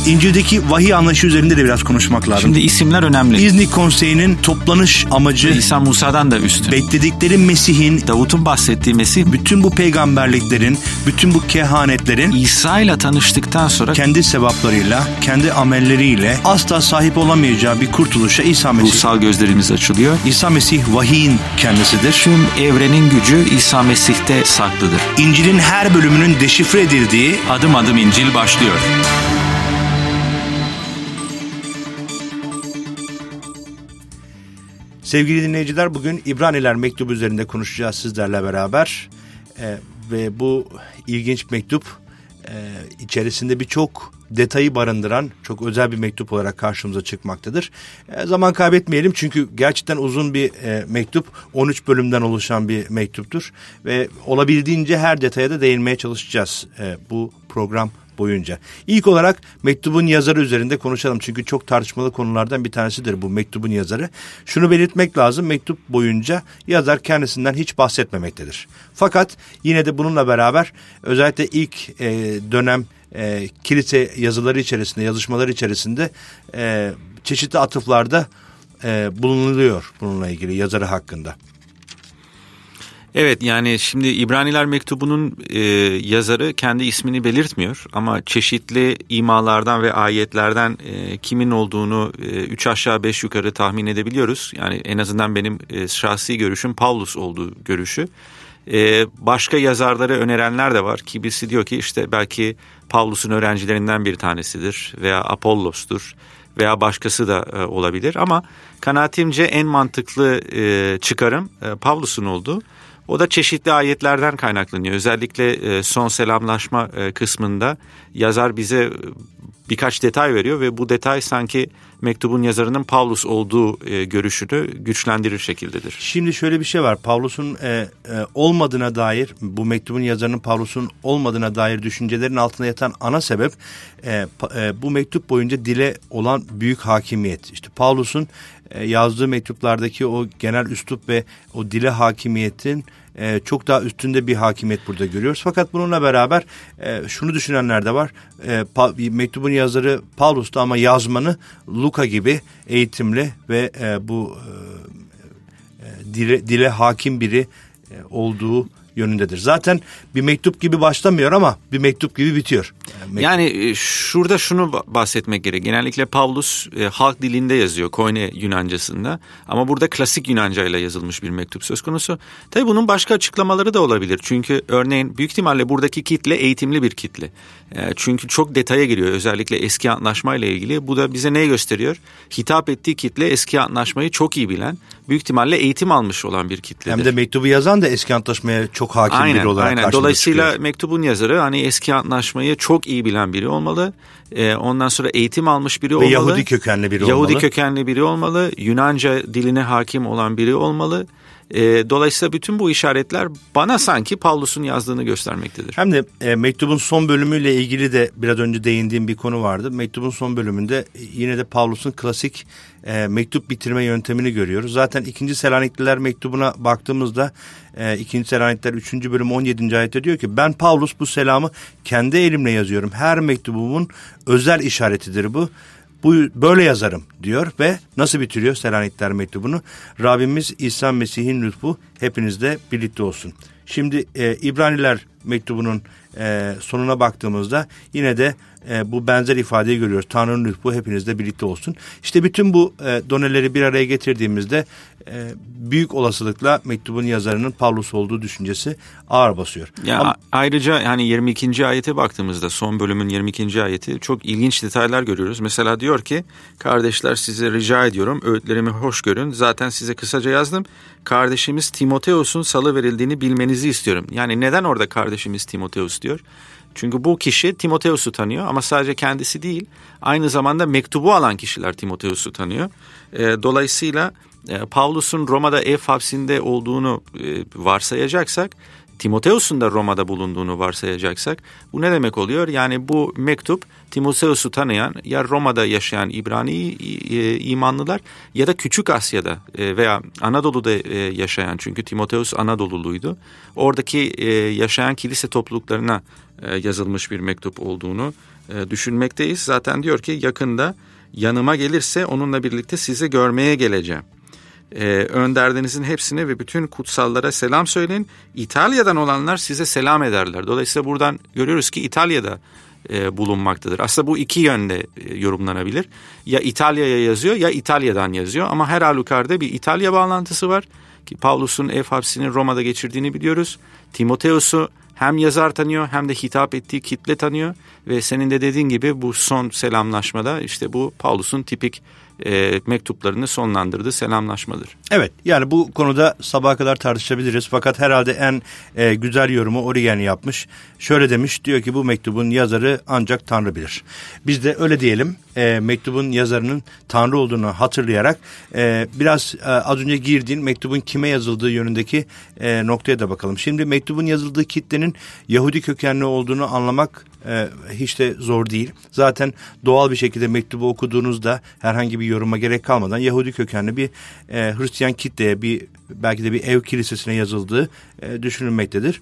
İncil'deki vahiy anlayışı üzerinde de biraz konuşmak lazım. Şimdi isimler önemli. İznik Konseyi'nin toplanış amacı İsa Musa'dan da üstün. Bekledikleri Mesih'in, Davut'un bahsettiği Mesih, bütün bu peygamberliklerin, bütün bu kehanetlerin İsa ile tanıştıktan sonra kendi sevaplarıyla, kendi amelleriyle asla sahip olamayacağı bir kurtuluşa İsa Mesih. ruhsal gözlerimiz açılıyor. İsa Mesih vahiyin kendisidir. Tüm evrenin gücü İsa Mesih'te saklıdır. İncil'in her bölümünün deşifre edildiği Adım adım İncil başlıyor. Sevgili dinleyiciler, bugün İbraniler mektubu üzerinde konuşacağız sizlerle beraber. Ve bu ilginç mektup içerisinde birçok detayı barındıran çok özel bir mektup olarak karşımıza çıkmaktadır. Zaman kaybetmeyelim çünkü gerçekten uzun bir mektup, 13 bölümden oluşan bir mektuptur. Ve olabildiğince her detaya da değinmeye çalışacağız bu program boyunca. İlk olarak mektubun yazarı üzerinde konuşalım. Çünkü çok tartışmalı konulardan bir tanesidir bu mektubun yazarı. Şunu belirtmek lazım, mektup boyunca yazar kendisinden hiç bahsetmemektedir. Fakat yine de bununla beraber özellikle ilk dönem kilise yazıları içerisinde, yazışmaları içerisinde çeşitli atıflarda bulunuluyor bununla ilgili yazarı hakkında. Evet, yani şimdi İbraniler mektubunun yazarı kendi ismini belirtmiyor ama çeşitli imalardan ve ayetlerden kimin olduğunu 3 aşağı 5 yukarı tahmin edebiliyoruz. Yani en azından benim şahsi görüşüm Pavlus olduğu görüşü. Başka yazarları önerenler de var. Kimisi diyor ki işte belki Pavlus'un öğrencilerinden bir tanesidir veya Apollos'tur veya başkası da olabilir ama kanaatimce en mantıklı çıkarım Pavlus'un olduğu. O da çeşitli ayetlerden kaynaklanıyor. Özellikle son selamlaşma kısmında yazar bize birkaç detay veriyor ve bu detay sanki mektubun yazarının Pavlus olduğu görüşünü güçlendirir şekildedir. Şimdi şöyle bir şey var. Pavlus'un olmadığına dair, bu mektubun yazarının Pavlus'un olmadığına dair düşüncelerin altında yatan ana sebep bu mektup boyunca dile olan büyük hakimiyet. İşte Pavlus'un yazdığı mektuplardaki o genel üslup ve o dile hakimiyetin çok daha üstünde bir hakimiyet burada görüyoruz. Fakat bununla beraber şunu düşünenler de var. Mektubun yazarı Pavlus'ta ama yazmanı Luka gibi eğitimli ve bu dile hakim biri olduğu yönündedir. Zaten bir mektup gibi başlamıyor ama bir mektup gibi bitiyor. Yani şurada şunu bahsetmek gerek. Genellikle Pavlus halk dilinde yazıyor, Koine Yunancasında. Ama burada klasik Yunanca ile yazılmış bir mektup söz konusu. Tabii bunun başka açıklamaları da olabilir. Çünkü örneğin büyük ihtimalle buradaki kitle eğitimli bir kitle. Çünkü çok detaya giriyor. Özellikle eski antlaşma ile ilgili. Bu da bize neyi gösteriyor? Hitap ettiği kitle eski antlaşmayı çok iyi bilen, büyük ihtimalle eğitim almış olan bir kitledir. Hem de mektubu yazan da eski antlaşmaya çok hakim biri olarak karşımıza Dolayısıyla çıkıyor. mektubun yazarı hani eski antlaşmayı çok iyi bilen biri olmalı. Ondan sonra eğitim almış biri olmalı. Ve Yahudi kökenli biri olmalı. Yahudi kökenli biri olmalı. Yunanca diline hakim olan biri olmalı. Dolayısıyla bütün bu işaretler bana sanki Pavlus'un yazdığını göstermektedir. Hem de mektubun son bölümüyle ilgili de biraz önce değindiğim bir konu vardı. Mektubun son bölümünde yine de Pavlus'un klasik mektup bitirme yöntemini görüyoruz. Zaten 2. Selanikliler mektubuna baktığımızda 2. Selanikliler 3. bölüm 17. ayette diyor ki ben Pavlus bu selamı kendi elimle yazıyorum. Her mektubumun özel işaretidir bu. Bu böyle yazarım diyor ve nasıl bitiriyor Selanikliler mektubunu? Rabbimiz İsa Mesih'in lütfu hepinizle birlikte olsun. Şimdi İbraniler mektubunun sonuna baktığımızda yine de bu benzer ifadeyi görüyoruz. Tanrı'nın lütfu hepinizle birlikte olsun. İşte bütün bu doneleri bir araya getirdiğimizde büyük olasılıkla mektubun yazarının Pavlus olduğu düşüncesi ağır basıyor. Ayrıca yani 22. ayete baktığımızda son bölümün 22. ayeti çok ilginç detaylar görüyoruz. Mesela diyor ki kardeşler size rica ediyorum öğütlerimi hoş görün. Zaten size kısaca yazdım. Kardeşimiz Timoteos'un salıverildiğini bilmenizi istiyorum. Yani neden orada kardeşimiz Timoteos diyor? Çünkü bu kişi Timoteos'u tanıyor ama sadece kendisi değil, aynı zamanda mektubu alan kişiler Timoteos'u tanıyor. Dolayısıyla Pavlus'un Roma'da ev hapsinde olduğunu varsayacaksak Timoteus'un da Roma'da bulunduğunu varsayacaksak bu ne demek oluyor? Yani bu mektup Timoteus'u tanıyan ya Roma'da yaşayan İbrani imanlılar ya da Küçük Asya'da veya Anadolu'da yaşayan, çünkü Timoteus Anadoluluydu. Oradaki yaşayan kilise topluluklarına yazılmış bir mektup olduğunu düşünmekteyiz. Zaten diyor ki yakında yanıma gelirse onunla birlikte sizi görmeye geleceğim. Önderderinizin hepsine ve bütün kutsallara selam söyleyin. İtalya'dan olanlar size selam ederler. Dolayısıyla buradan görüyoruz ki İtalya'da bulunmaktadır. Aslında bu iki yönde yorumlanabilir. Ya İtalya'ya yazıyor ya İtalya'dan yazıyor. Ama her halükarda bir İtalya bağlantısı var. Ki Pavlus'un ev hapsini Roma'da geçirdiğini biliyoruz. Timoteus'u hem yazar tanıyor hem de hitap ettiği kitle tanıyor. Ve senin de dediğin gibi bu son selamlaşmada işte bu Pavlus'un tipik mektuplarını sonlandırdığı selamlaşmadır. Evet, yani bu konuda sabaha kadar tartışabiliriz. Fakat herhalde en güzel yorumu Origen yapmış. Şöyle demiş, diyor ki bu mektubun yazarı ancak Tanrı bilir. Biz de öyle diyelim. Mektubun yazarının Tanrı olduğunu hatırlayarak biraz az önce girdiğin mektubun kime yazıldığı yönündeki noktaya da bakalım. Şimdi mektubun yazıldığı kitlenin Yahudi kökenli olduğunu anlamak hiç de zor değil. Zaten doğal bir şekilde mektubu okuduğunuzda herhangi bir yoruma gerek kalmadan Yahudi kökenli bir Hristiyan kitleye, belki de bir ev kilisesine yazıldığı düşünülmektedir.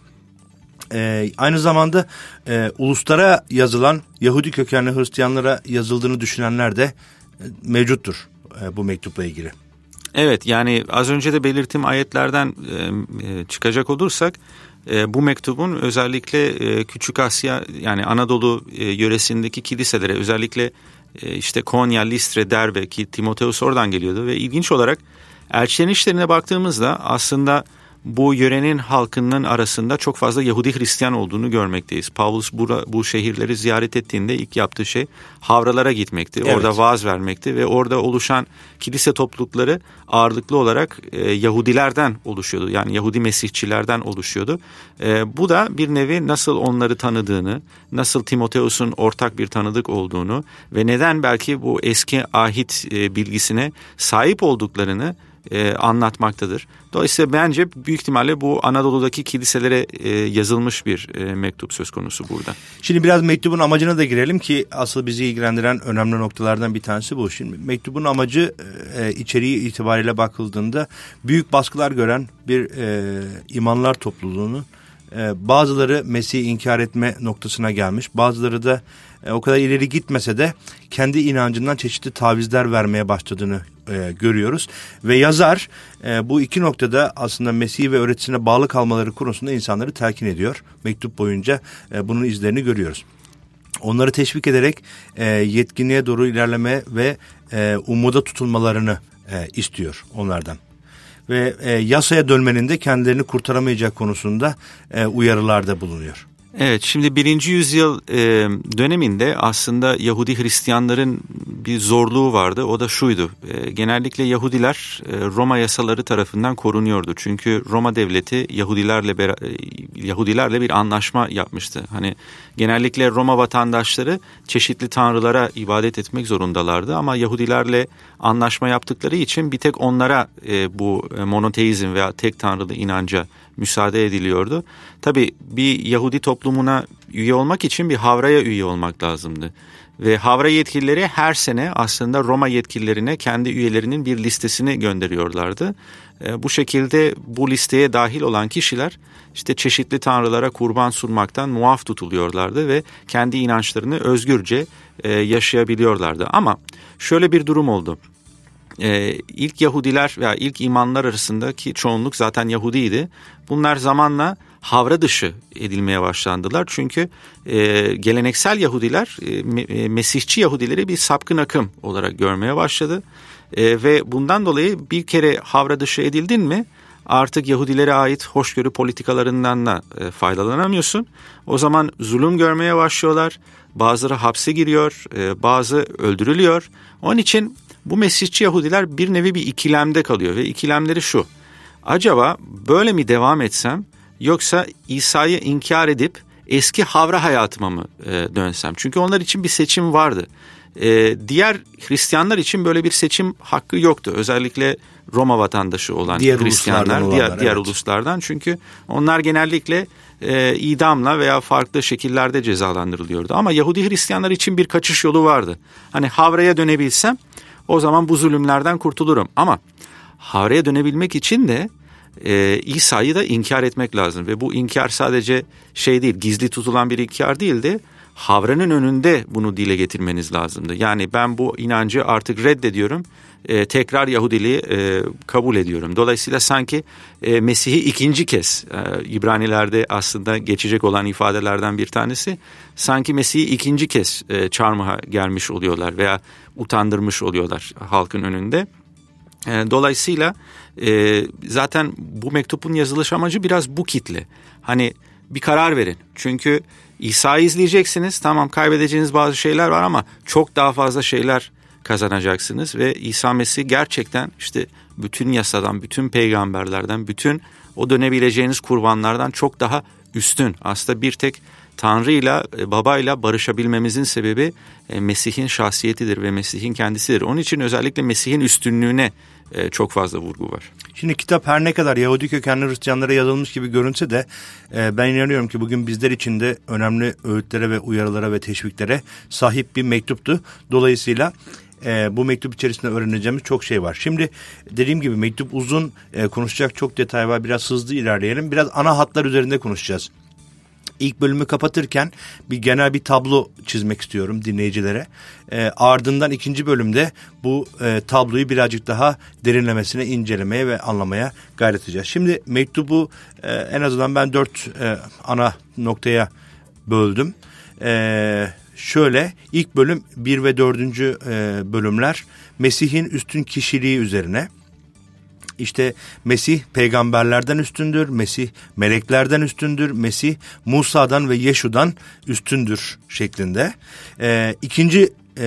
Aynı zamanda uluslara yazılan Yahudi kökenli Hristiyanlara yazıldığını düşünenler de mevcuttur bu mektupla ilgili. Evet, yani az önce de belirttiğim ayetlerden çıkacak olursak bu mektubun özellikle Küçük Asya, yani Anadolu yöresindeki kiliselere, özellikle işte Konya, Listre, Derbe, ki Timoteus oradan geliyordu ve ilginç olarak elçilerin işlerine baktığımızda aslında bu yörenin halkının arasında çok fazla Yahudi Hristiyan olduğunu görmekteyiz. Pavlus bu şehirleri ziyaret ettiğinde ilk yaptığı şey havralara gitmekti. Evet. Orada vaaz vermekti ve orada oluşan kilise toplulukları ağırlıklı olarak Yahudilerden oluşuyordu. Yani Yahudi Mesihçilerden oluşuyordu. Bu da bir nevi nasıl onları tanıdığını, nasıl Timoteus'un ortak bir tanıdık olduğunu ve neden belki bu eski ahit bilgisine sahip olduklarını anlatmaktadır. Dolayısıyla bence büyük ihtimalle bu Anadolu'daki kiliselere yazılmış bir mektup söz konusu burada. Şimdi biraz mektubun amacına da girelim ki asıl bizi ilgilendiren önemli noktalardan bir tanesi bu. Şimdi mektubun amacı içeriği itibariyle bakıldığında büyük baskılar gören bir imanlar topluluğunun bazıları Mesih'i inkar etme noktasına gelmiş, bazıları da o kadar ileri gitmese de kendi inancından çeşitli tavizler vermeye başladığını görüyoruz. Ve yazar bu iki noktada aslında Mesih ve öğretisine bağlı kalmaları konusunda insanları telkin ediyor. Mektup boyunca bunun izlerini görüyoruz. Onları teşvik ederek yetkinliğe doğru ilerleme ve umuda tutulmalarını istiyor onlardan. Ve yasaya dönmenin de kendilerini kurtaramayacak konusunda uyarılarda bulunuyor. Evet, şimdi 1. yüzyıl döneminde aslında Yahudi Hristiyanların bir zorluğu vardı. O da şuydu: genellikle Roma yasaları tarafından korunuyordu. Çünkü Roma devleti Yahudilerle bir anlaşma yapmıştı. Hani genellikle Roma vatandaşları çeşitli tanrılara ibadet etmek zorundalardı. Ama Yahudilerle anlaşma yaptıkları için bir tek onlara bu monoteizm veya tek tanrılı inanca müsaade ediliyordu. Tabii bir Yahudi toplumuna üye olmak için bir havraya üye olmak lazımdı. Ve havra yetkilileri her sene aslında Roma yetkililerine kendi üyelerinin bir listesini gönderiyorlardı. Bu şekilde bu listeye dahil olan kişiler işte çeşitli tanrılara kurban sunmaktan muaf tutuluyorlardı ve kendi inançlarını özgürce yaşayabiliyorlardı. Ama şöyle bir durum oldu. İlk Yahudiler veya ilk imanlar arasındaki çoğunluk zaten Yahudiydi. Bunlar zamanla havra dışı edilmeye başlandılar. Çünkü geleneksel Yahudiler Mesihçi Yahudileri bir sapkın akım olarak görmeye başladı. Ve bundan dolayı bir kere havra dışı edildin mi artık Yahudilere ait hoşgörü politikalarından da faydalanamıyorsun. O zaman zulüm görmeye başlıyorlar. Bazıları hapse giriyor, bazı öldürülüyor. Onun için bu Mesihçi Yahudiler bir nevi bir ikilemde kalıyor ve ikilemleri şu: acaba böyle mi devam etsem, yoksa İsa'yı inkar edip eski havra hayatıma mı dönsem? Çünkü onlar için bir seçim vardı. Diğer Hristiyanlar için böyle bir seçim hakkı yoktu. Özellikle Roma vatandaşı olan Hristiyanlar, diğer uluslardan. Çünkü onlar genellikle idamla veya farklı şekillerde cezalandırılıyordu. Ama Yahudi Hristiyanlar için bir kaçış yolu vardı. Hani havraya dönebilsem o zaman bu zulümlerden kurtulurum. Ama havraya dönebilmek için de İsa'yı da inkar etmek lazım. Ve bu inkar sadece değil, gizli tutulan bir inkar değildi. Havranın önünde bunu dile getirmeniz lazımdı. Yani ben bu inancı artık reddediyorum. Tekrar Yahudiliği kabul ediyorum. Dolayısıyla sanki Mesih'i ikinci kez, İbranilerde aslında geçecek olan ifadelerden bir tanesi, sanki Mesih'i ikinci kez çarmıha germiş oluyorlar veya utandırmış oluyorlar halkın önünde. Dolayısıyla zaten bu mektubun yazılış amacı biraz bu kitle. Hani bir karar verin. Çünkü İsa'yı izleyeceksiniz. Tamam, kaybedeceğiniz bazı şeyler var ama çok daha fazla şeyler kazanacaksınız. Ve İsa Mesih gerçekten işte bütün yasadan, bütün peygamberlerden, bütün o dönebileceğiniz kurbanlardan çok daha üstün. Aslında bir tek Tanrı'yla, Baba'yla barışabilmemizin sebebi Mesih'in şahsiyetidir ve Mesih'in kendisidir. Onun için özellikle Mesih'in üstünlüğüne çok fazla vurgu var. Şimdi kitap her ne kadar Yahudi kökenli Hristiyanlara yazılmış gibi görünse de ben inanıyorum ki bugün bizler için de önemli öğütlere ve uyarılara ve teşviklere sahip bir mektuptu. Dolayısıyla bu mektup içerisinde öğreneceğimiz çok şey var. Şimdi dediğim gibi mektup uzun, konuşacak çok detay var. Biraz hızlı ilerleyelim. Biraz ana hatlar üzerinde konuşacağız. İlk bölümü kapatırken genel bir tablo çizmek istiyorum dinleyicilere. Ardından ikinci bölümde bu tabloyu birazcık daha derinlemesine incelemeye ve anlamaya gayret edeceğiz. Şimdi mektubu en azından ben 4 ana noktaya böldüm. Şöyle, ilk bölüm 1 ve 4. bölümler Mesih'in üstün kişiliği üzerine. İşte Mesih peygamberlerden üstündür, Mesih meleklerden üstündür, Mesih Musa'dan ve Yeşu'dan üstündür şeklinde. İkinci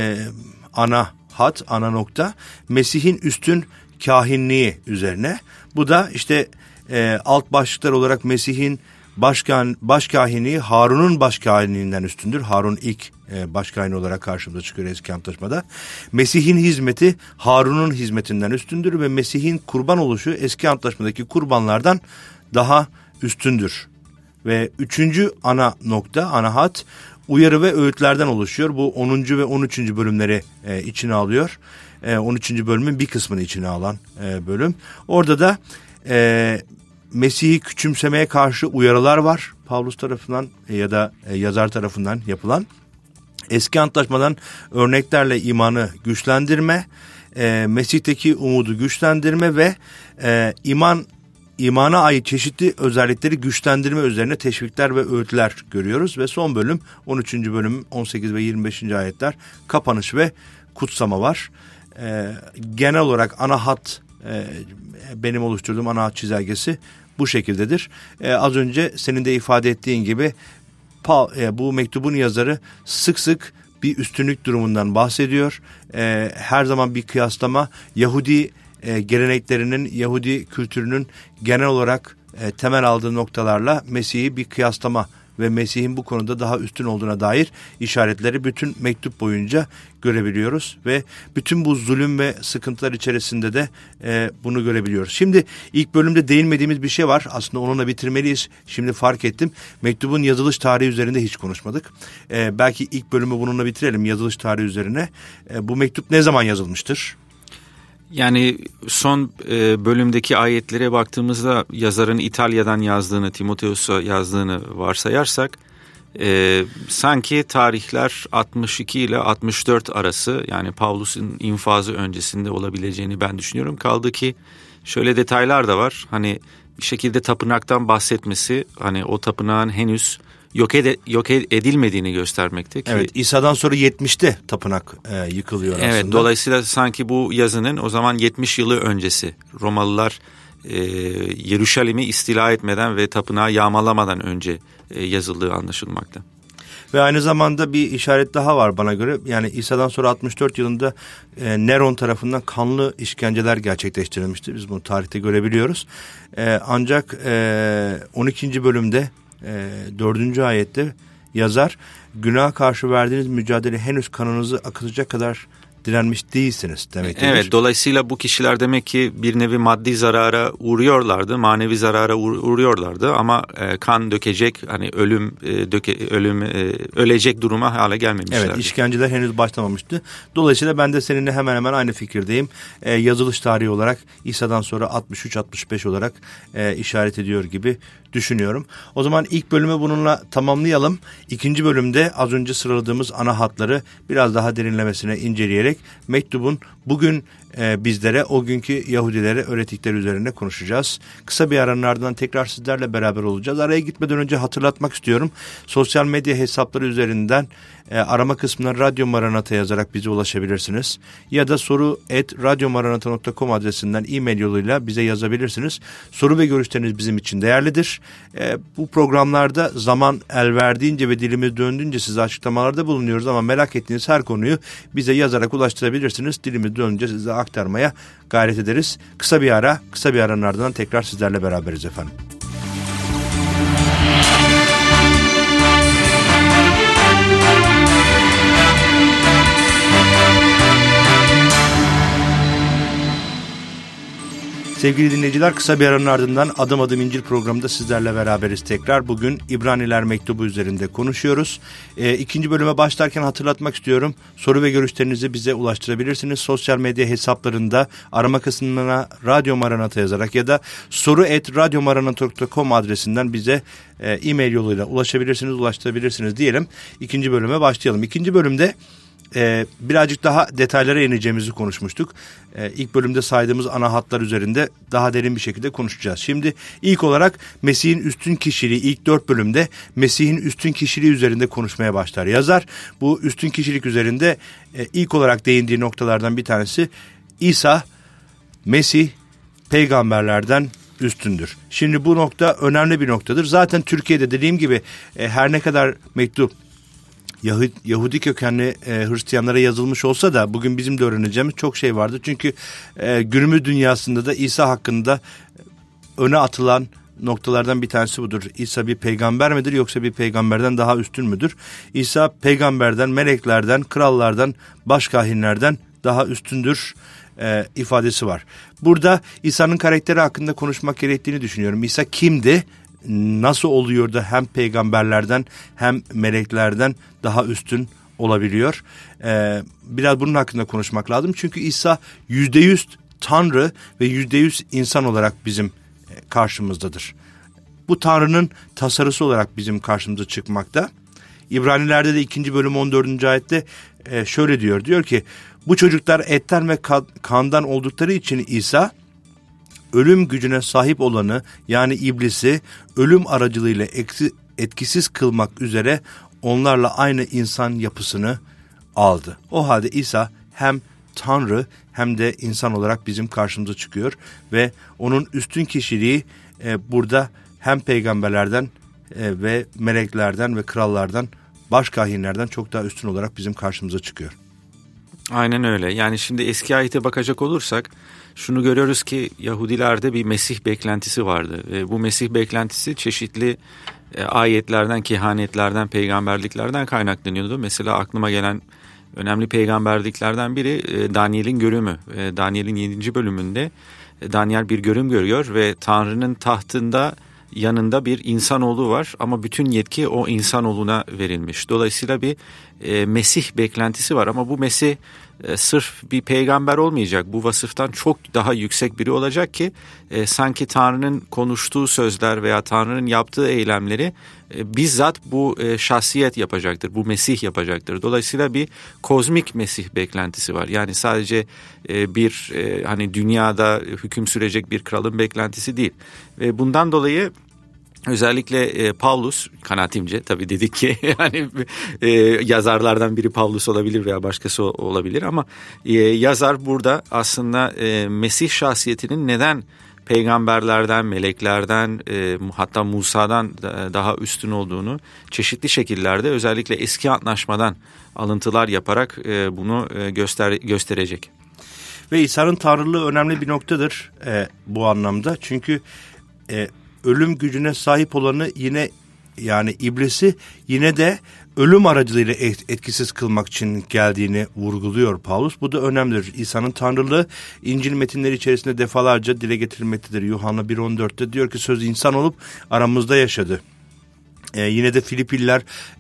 ana nokta Mesih'in üstün kahinliği üzerine. Bu da işte alt başlıklar olarak Mesih'in başkahini Harun'un başkahininden üstündür. Harun ilk başkahini olarak karşımıza çıkıyor Eski Antlaşma'da. Mesih'in hizmeti Harun'un hizmetinden üstündür ve Mesih'in kurban oluşu Eski Antlaşma'daki kurbanlardan daha üstündür. Ve üçüncü ana hat uyarı ve öğütlerden oluşuyor. Bu 10. ve 13. bölümleri içine alıyor. 13. bölümün bir kısmını içine alan bölüm. Orada da Mesih'i küçümsemeye karşı uyarılar var. Pavlus tarafından ya da yazar tarafından yapılan. Eski Antlaşmadan örneklerle imanı güçlendirme, Mesih'teki umudu güçlendirme ve imana ait çeşitli özellikleri güçlendirme üzerine teşvikler ve öğütler görüyoruz. Ve son bölüm 13. bölüm 18 ve 25. ayetler kapanış ve kutsama var. Genel olarak ana hat, benim oluşturduğum ana hat çizelgesi bu şekildedir. Az önce senin de ifade ettiğin gibi bu mektubun yazarı sık sık bir üstünlük durumundan bahsediyor. Her zaman bir kıyaslama, Yahudi geleneklerinin, Yahudi kültürünün genel olarak temel aldığı noktalarla Mesih'i bir kıyaslama ve Mesih'in bu konuda daha üstün olduğuna dair işaretleri bütün mektup boyunca görebiliyoruz. Ve bütün bu zulüm ve sıkıntılar içerisinde de bunu görebiliyoruz. Şimdi ilk bölümde değinmediğimiz bir şey var. Aslında onunla bitirmeliyiz. Şimdi fark ettim. Mektubun yazılış tarihi üzerinde hiç konuşmadık. Belki ilk bölümü bununla bitirelim, yazılış tarihi üzerine. Bu mektup ne zaman yazılmıştır? Yani son bölümdeki ayetlere baktığımızda yazarın İtalya'dan yazdığını, Timoteus'a yazdığını varsayarsak sanki tarihler 62 ile 64 arası, yani Pavlus'un infazı öncesinde olabileceğini ben düşünüyorum. Kaldı ki şöyle detaylar da var. Hani bir şekilde tapınaktan bahsetmesi, hani o tapınağın henüz yok edilmediğini göstermekte ki. Evet, İsa'dan sonra 70'te tapınak yıkılıyor aslında. Evet, dolayısıyla sanki bu yazının o zaman 70 yılı öncesi, Romalılar Yeruşalim'i istila etmeden ve tapınağı yağmalamadan önce yazıldığı anlaşılmakta. Ve aynı zamanda bir işaret daha var bana göre. Yani İsa'dan sonra 64 yılında Neron tarafından kanlı işkenceler gerçekleştirilmişti. Biz bunu tarihte görebiliyoruz. Ancak 12. bölümde 4. ayette yazar, günah karşı verdiğiniz mücadele henüz kanınızı akıtacak kadar direnmiş değilsiniz demektedir. Evet, dolayısıyla bu kişiler demek ki bir nevi maddi zarara uğruyorlardı, manevi zarara uğruyorlardı ama kan dökecek, hani ölecek duruma hala gelmemişlerdi. Evet, işkenceler henüz başlamamıştı. Dolayısıyla ben de seninle hemen hemen aynı fikirdeyim. Yazılış tarihi olarak İsa'dan sonra 63-65 olarak işaret ediyor gibi düşünüyorum. O zaman ilk bölümü bununla tamamlayalım. İkinci bölümde az önce sıraladığımız ana hatları biraz daha derinlemesine inceleyerek mektubun bugün bizlere, o günkü Yahudilere öğrettikleri üzerine konuşacağız. Kısa bir aranın ardından tekrar sizlerle beraber olacağız. Araya gitmeden önce hatırlatmak istiyorum. Sosyal medya hesapları üzerinden arama kısmına Radyo Maranata yazarak bize ulaşabilirsiniz. Ya da soru@radyomaranata.com adresinden e-mail yoluyla bize yazabilirsiniz. Soru ve görüşleriniz bizim için değerlidir. Bu programlarda zaman el verdiğince ve dilimiz döndüğünce size açıklamalarda bulunuyoruz ama merak ettiğiniz her konuyu bize yazarak ulaştırabilirsiniz. Dilimiz döndüğünce size aktarmaya gayret ederiz. Kısa bir aranın ardından tekrar sizlerle beraberiz efendim. Sevgili dinleyiciler, kısa bir aranın ardından Adım Adım İncil programında sizlerle beraberiz tekrar. Bugün İbraniler mektubu üzerinde konuşuyoruz. İkinci bölüme başlarken hatırlatmak istiyorum. Soru ve görüşlerinizi bize ulaştırabilirsiniz. Sosyal medya hesaplarında arama kısmına Radyo Maranata yazarak ya da soru@radyomaranata.com adresinden bize e-mail yoluyla ulaştırabilirsiniz diyelim. İkinci bölüme başlayalım. İkinci bölümde birazcık daha detaylara ineceğimizi konuşmuştuk. İlk bölümde saydığımız ana hatlar üzerinde daha derin bir şekilde konuşacağız. Şimdi ilk olarak Mesih'in üstün kişiliği, ilk 4 bölümde Mesih'in üstün kişiliği üzerinde konuşmaya başlar yazar. Bu üstün kişilik üzerinde ilk olarak değindiği noktalardan bir tanesi İsa, Mesih peygamberlerden üstündür. Şimdi bu nokta önemli bir noktadır. Zaten Türkiye'de dediğim gibi her ne kadar mektup Yahudi kökenli Hristiyanlara yazılmış olsa da bugün bizim de öğreneceğimiz çok şey vardı. Çünkü günümüz dünyasında da İsa hakkında öne atılan noktalardan bir tanesi budur. İsa bir peygamber midir yoksa bir peygamberden daha üstün müdür? İsa peygamberden, meleklerden, krallardan, başkahinlerden daha üstündür ifadesi var. Burada İsa'nın karakteri hakkında konuşmak gerektiğini düşünüyorum. İsa kimdi? Nasıl oluyor da hem peygamberlerden hem meleklerden daha üstün olabiliyor? Biraz bunun hakkında konuşmak lazım. Çünkü İsa %100 Tanrı ve %100 insan olarak bizim karşımızdadır. Bu Tanrı'nın tasarısı olarak bizim karşımıza çıkmakta. İbranilerde de 2. bölüm 14. ayette şöyle diyor. Diyor ki bu çocuklar etten ve kandan oldukları için İsa ölüm gücüne sahip olanı yani iblisi ölüm aracılığıyla etkisiz kılmak üzere onlarla aynı insan yapısını aldı. O halde İsa hem Tanrı hem de insan olarak bizim karşımıza çıkıyor ve onun üstün kişiliği burada hem peygamberlerden ve meleklerden ve krallardan, başkahinlerden çok daha üstün olarak bizim karşımıza çıkıyor. Aynen öyle. Yani şimdi eski ayete bakacak olursak şunu görüyoruz ki Yahudilerde bir Mesih beklentisi vardı. Ve bu Mesih beklentisi çeşitli ayetlerden, kehanetlerden, peygamberliklerden kaynaklanıyordu. Mesela aklıma gelen önemli peygamberliklerden biri Daniel'in görümü. Daniel'in 7. bölümünde Daniel bir görüm görüyor ve Tanrı'nın tahtında yanında bir insanoğlu var ama bütün yetki o insanoğluna verilmiş. Dolayısıyla bir Mesih beklentisi var ama bu Mesih sırf bir peygamber olmayacak. Bu vasıftan çok daha yüksek biri olacak ki sanki Tanrı'nın konuştuğu sözler veya Tanrı'nın yaptığı eylemleri bizzat bu şahsiyet yapacaktır. Bu Mesih yapacaktır. Dolayısıyla bir kozmik Mesih beklentisi var. Yani sadece bir hani dünyada hüküm sürecek bir kralın beklentisi değil. Ve bundan dolayı özellikle Pavlus, kanaatimce tabii dedik ki yani yazarlardan biri Pavlus olabilir veya başkası olabilir ama yazar burada aslında Mesih şahsiyetinin neden peygamberlerden, meleklerden hatta Musa'dan daha üstün olduğunu çeşitli şekillerde özellikle eski antlaşmadan alıntılar yaparak bunu gösterecek. Ve İsa'nın tanrılığı önemli bir noktadır bu anlamda çünkü ölüm gücüne sahip olanı yine yani iblisi yine de ölüm aracılığıyla etkisiz kılmak için geldiğini vurguluyor Paulus. Bu da önemlidir. İsa'nın tanrılığı İncil metinleri içerisinde defalarca dile getirilmektedir. Yuhanna 1.14'te diyor ki söz insan olup aramızda yaşadı. Yine de Filipliler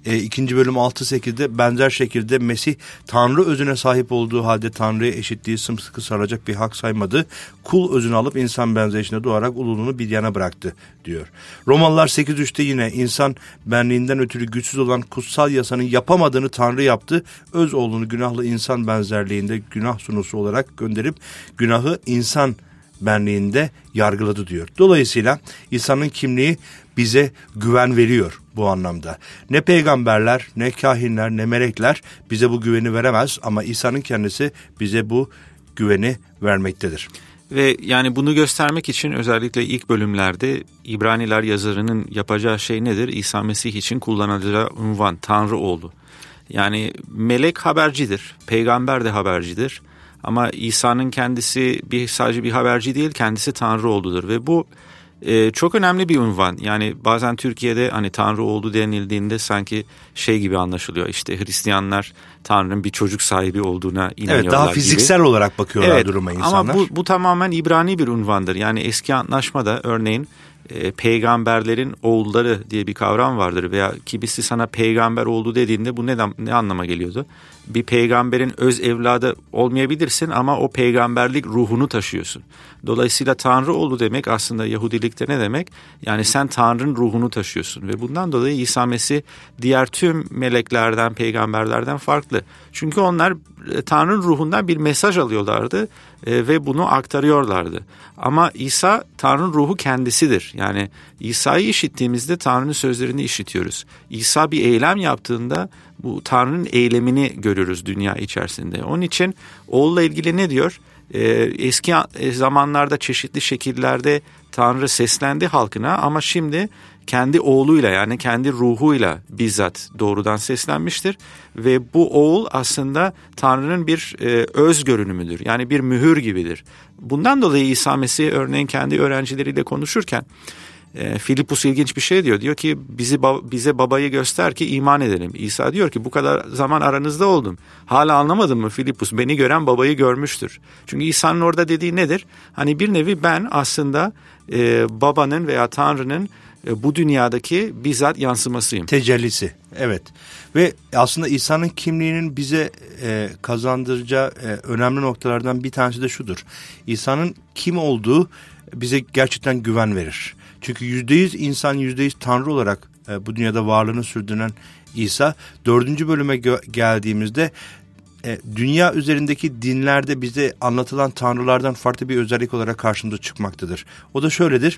2. bölüm 6-8'de benzer şekilde Mesih Tanrı özüne sahip olduğu halde Tanrı'ya eşitliği sımsıkı saracak bir hak saymadı. Kul özünü alıp insan benzerişine doğarak ululuğunu bir yana bıraktı diyor. Romalılar 8.3'te yine insan benliğinden ötürü güçsüz olan kutsal yasanın yapamadığını Tanrı yaptı. Öz oğlunu günahlı insan benzerliğinde günah sunusu olarak gönderip günahı insan benliğinde yargıladı diyor. Dolayısıyla İsa'nın kimliği bize güven veriyor bu anlamda. Ne peygamberler, ne kahinler, ne melekler bize bu güveni veremez ama İsa'nın kendisi bize bu güveni vermektedir. Ve yani bunu göstermek için özellikle ilk bölümlerde İbraniler yazarının yapacağı şey nedir? İsa Mesih için kullanacağı unvan Tanrı oğlu. Yani melek habercidir, peygamber de habercidir. Ama İsa'nın kendisi sadece bir haberci değil, kendisi Tanrı oğludur ve bu çok önemli bir unvan. Yani bazen Türkiye'de hani Tanrı oğlu denildiğinde sanki şey gibi anlaşılıyor. İşte Hristiyanlar Tanrı'nın bir çocuk sahibi olduğuna inanıyorlar gibi. Evet, daha fiziksel olarak bakıyorlar duruma insanlar. Ama bu tamamen İbrani bir unvandır. Yani eski antlaşmada örneğin peygamberlerin oğulları diye bir kavram vardır veya kimisi sana peygamber oldu dediğinde bu ne anlama geliyordu? Bir peygamberin öz evladı olmayabilirsin ama o peygamberlik ruhunu taşıyorsun. Dolayısıyla Tanrı oğlu demek aslında Yahudilikte ne demek? Yani sen Tanrı'nın ruhunu taşıyorsun ve bundan dolayı İsa Mesih diğer tüm meleklerden, peygamberlerden farklı. Çünkü onlar Tanrı'nın ruhundan bir mesaj alıyorlardı ve bunu aktarıyorlardı. Ama İsa Tanrı'nın ruhu kendisidir. Yani İsa'yı işittiğimizde Tanrı'nın sözlerini işitiyoruz. İsa bir eylem yaptığında bu Tanrı'nın eylemini görürüz dünya içerisinde. Onun için oğulla ilgili ne diyor? Eski zamanlarda çeşitli şekillerde Tanrı seslendi halkına ama şimdi kendi oğluyla yani kendi ruhuyla bizzat doğrudan seslenmiştir. Ve bu oğul aslında Tanrı'nın bir öz görünümüdür. Yani bir mühür gibidir. Bundan dolayı İsa Mesih örneğin kendi öğrencileriyle konuşurken Filipus ilginç bir şey diyor. Diyor ki bize babayı göster ki iman edelim. İsa diyor ki bu kadar zaman aranızda oldum. Hala anlamadın mı Filipus? Beni gören babayı görmüştür. Çünkü İsa'nın orada dediği nedir? Hani bir nevi ben aslında babanın veya Tanrı'nın bu dünyadaki bizzat yansımasıyım. Tecellisi, evet. Ve aslında İsa'nın kimliğinin bize kazandıracağı önemli noktalardan bir tanesi de şudur. İsa'nın kim olduğu bize gerçekten güven verir. Çünkü %100 insan, %100 Tanrı olarak bu dünyada varlığını sürdüren İsa 4. bölüme geldiğimizde dünya üzerindeki dinlerde bize anlatılan tanrılardan farklı bir özellik olarak karşımıza çıkmaktadır. O da şöyledir.